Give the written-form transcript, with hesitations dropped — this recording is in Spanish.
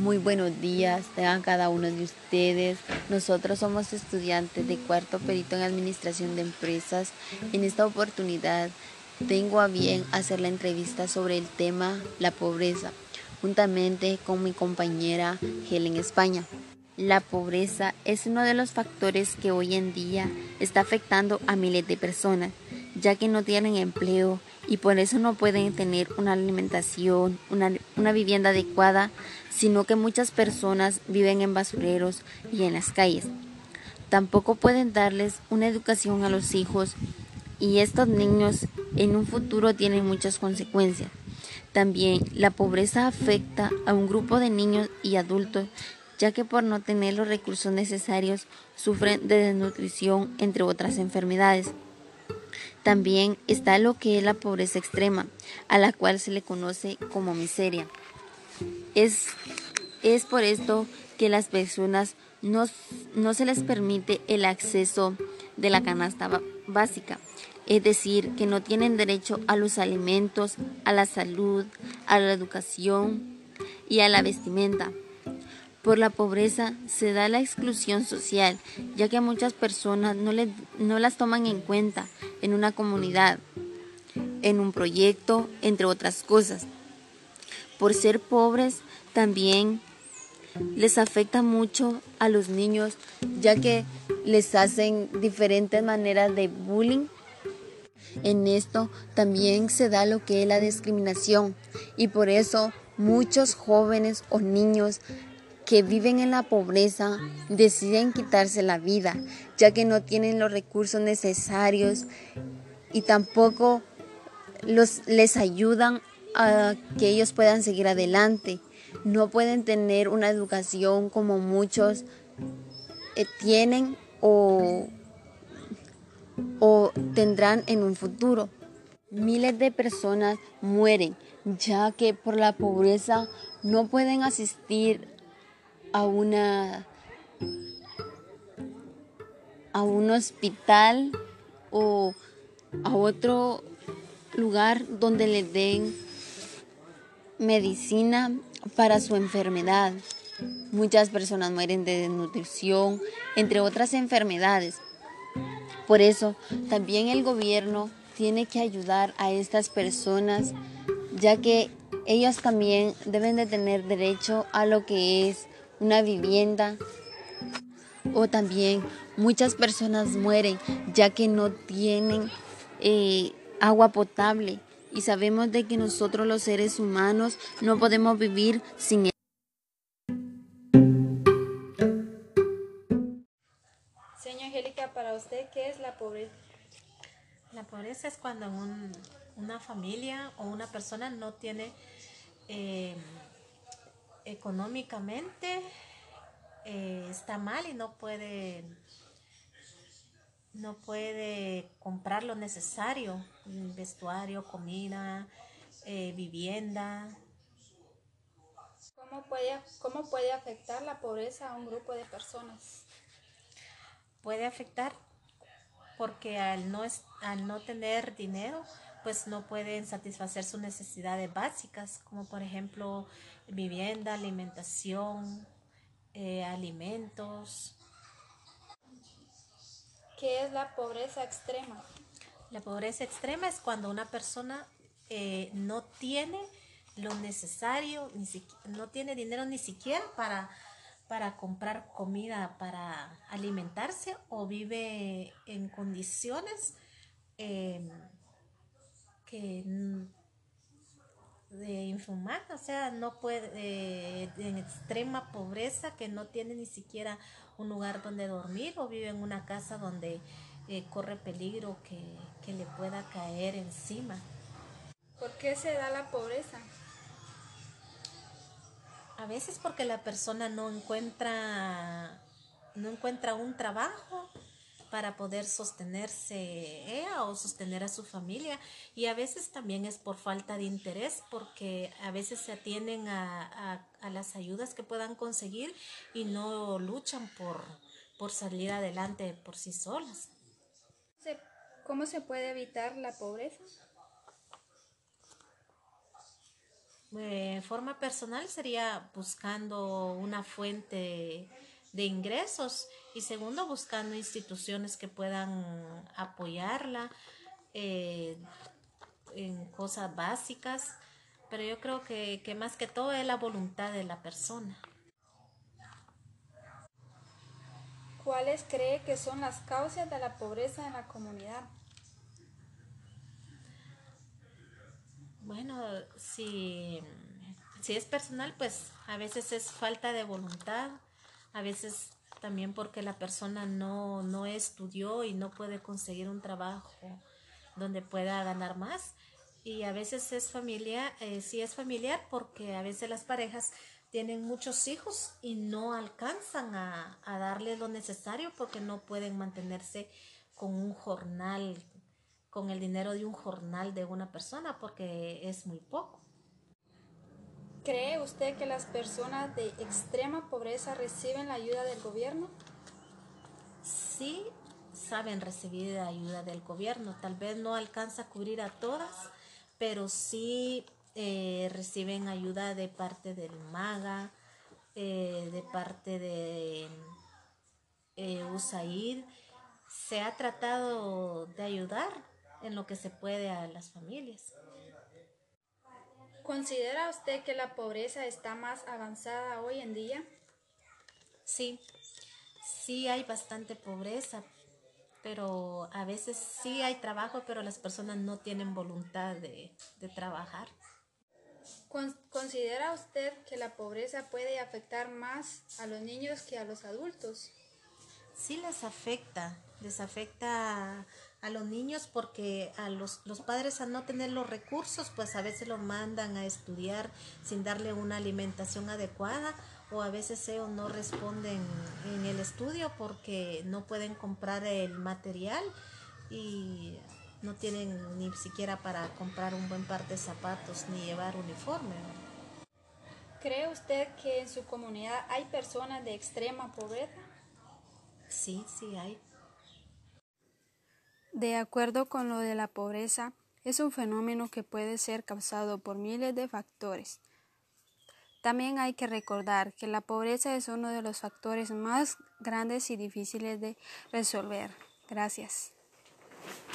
Muy buenos días, tengan cada uno de ustedes. Nosotros somos estudiantes de cuarto perito en Administración de Empresas. En esta oportunidad tengo a bien hacer la entrevista sobre el tema la pobreza, juntamente con mi compañera Helen España. La pobreza es uno de los factores que hoy en día está afectando a miles de personas, ya que no tienen empleo y por eso no pueden tener una alimentación, una vivienda adecuada, sino que muchas personas viven en basureros y en las calles. Tampoco pueden darles una educación a los hijos y estos niños en un futuro tienen muchas consecuencias. También la pobreza afecta a un grupo de niños y adultos, ya que por no tener los recursos necesarios sufren de desnutrición, entre otras enfermedades. También está lo que es la pobreza extrema, a la cual se le conoce como miseria. Es por esto que las personas no se les permite el acceso de la canasta básica, es decir, que no tienen derecho a los alimentos, a la salud, a la educación y a la vestimenta. Por la pobreza se da la exclusión social, ya que muchas personas no las toman en cuenta en una comunidad, en un proyecto, entre otras cosas. Por ser pobres, también les afecta mucho a los niños, ya que les hacen diferentes maneras de bullying. En esto también se da lo que es la discriminación y por eso muchos jóvenes o niños que viven en la pobreza deciden quitarse la vida, ya que no tienen los recursos necesarios y tampoco les ayudan a que ellos puedan seguir adelante. No pueden tener una educación como muchos tienen o tendrán en un futuro. Miles de personas mueren, ya que por la pobreza no pueden asistir a un hospital o a otro lugar donde le den medicina para su enfermedad. Muchas personas mueren de desnutrición, entre otras enfermedades. Por eso, también el gobierno tiene que ayudar a estas personas, ya que ellos también deben de tener derecho a lo que es una vivienda. O también muchas personas mueren ya que no tienen agua potable. Y sabemos de que nosotros los seres humanos no podemos vivir sin ella. Señora Angélica, para usted, ¿qué es la pobreza? La pobreza es cuando una familia o una persona no tiene eh, económicamente, está mal y no puede comprar lo necesario, vestuario, comida, vivienda. ¿Cómo puede afectar la pobreza a un grupo de personas? Puede afectar porque al no tener dinero, pues no pueden satisfacer sus necesidades básicas, como por ejemplo vivienda, alimentación, alimentos. ¿Qué es la pobreza extrema? La pobreza extrema es cuando una persona no tiene lo necesario, no tiene dinero ni siquiera para comprar comida, para alimentarse, o vive en condiciones eh, que de infrahumanas, o sea, no puede, en extrema pobreza, que no tiene ni siquiera un lugar donde dormir, o vive en una casa donde corre peligro que le pueda caer encima. ¿Por qué se da la pobreza? A veces porque la persona no encuentra un trabajo para poder sostenerse ella o sostener a su familia, y a veces también es por falta de interés, porque a veces se atienen a las ayudas que puedan conseguir y no luchan por salir adelante por sí solas. ¿Cómo se puede evitar la pobreza? Forma personal sería buscando una fuente de ingresos y segundo buscando instituciones que puedan apoyarla eh, en cosas básicas, pero yo creo que más que todo es la voluntad de la persona. ¿Cuáles cree que son las causas de la pobreza en la comunidad? Bueno, si es personal, pues a veces es falta de voluntad, a veces también porque la persona no estudió y no puede conseguir un trabajo donde pueda ganar más. Y a veces es familiar, sí es familiar porque a veces las parejas tienen muchos hijos y no alcanzan a darles lo necesario porque no pueden mantenerse con un jornal, con el dinero de un jornal de una persona porque es muy poco. ¿Cree usted que las personas de extrema pobreza reciben la ayuda del gobierno? Sí saben recibir ayuda del gobierno, tal vez no alcanza a cubrir a todas, pero sí reciben ayuda de parte del MAGA, de parte de USAID. Se ha tratado de ayudar en lo que se puede a las familias. ¿Considera usted que la pobreza está más avanzada hoy en día? Sí, sí hay bastante pobreza, pero a veces sí hay trabajo, pero las personas no tienen voluntad de trabajar. ¿Considera usted que la pobreza puede afectar más a los niños que a los adultos? Sí les afecta a los niños porque a los padres al no tener los recursos, pues a veces los mandan a estudiar sin darle una alimentación adecuada o a veces ellos no responden en el estudio porque no pueden comprar el material y no tienen ni siquiera para comprar un buen par de zapatos ni llevar uniforme. ¿Cree usted que en su comunidad hay personas de extrema pobreza? Sí, sí hay. De acuerdo con lo de la pobreza, es un fenómeno que puede ser causado por miles de factores. También hay que recordar que la pobreza es uno de los factores más grandes y difíciles de resolver. Gracias.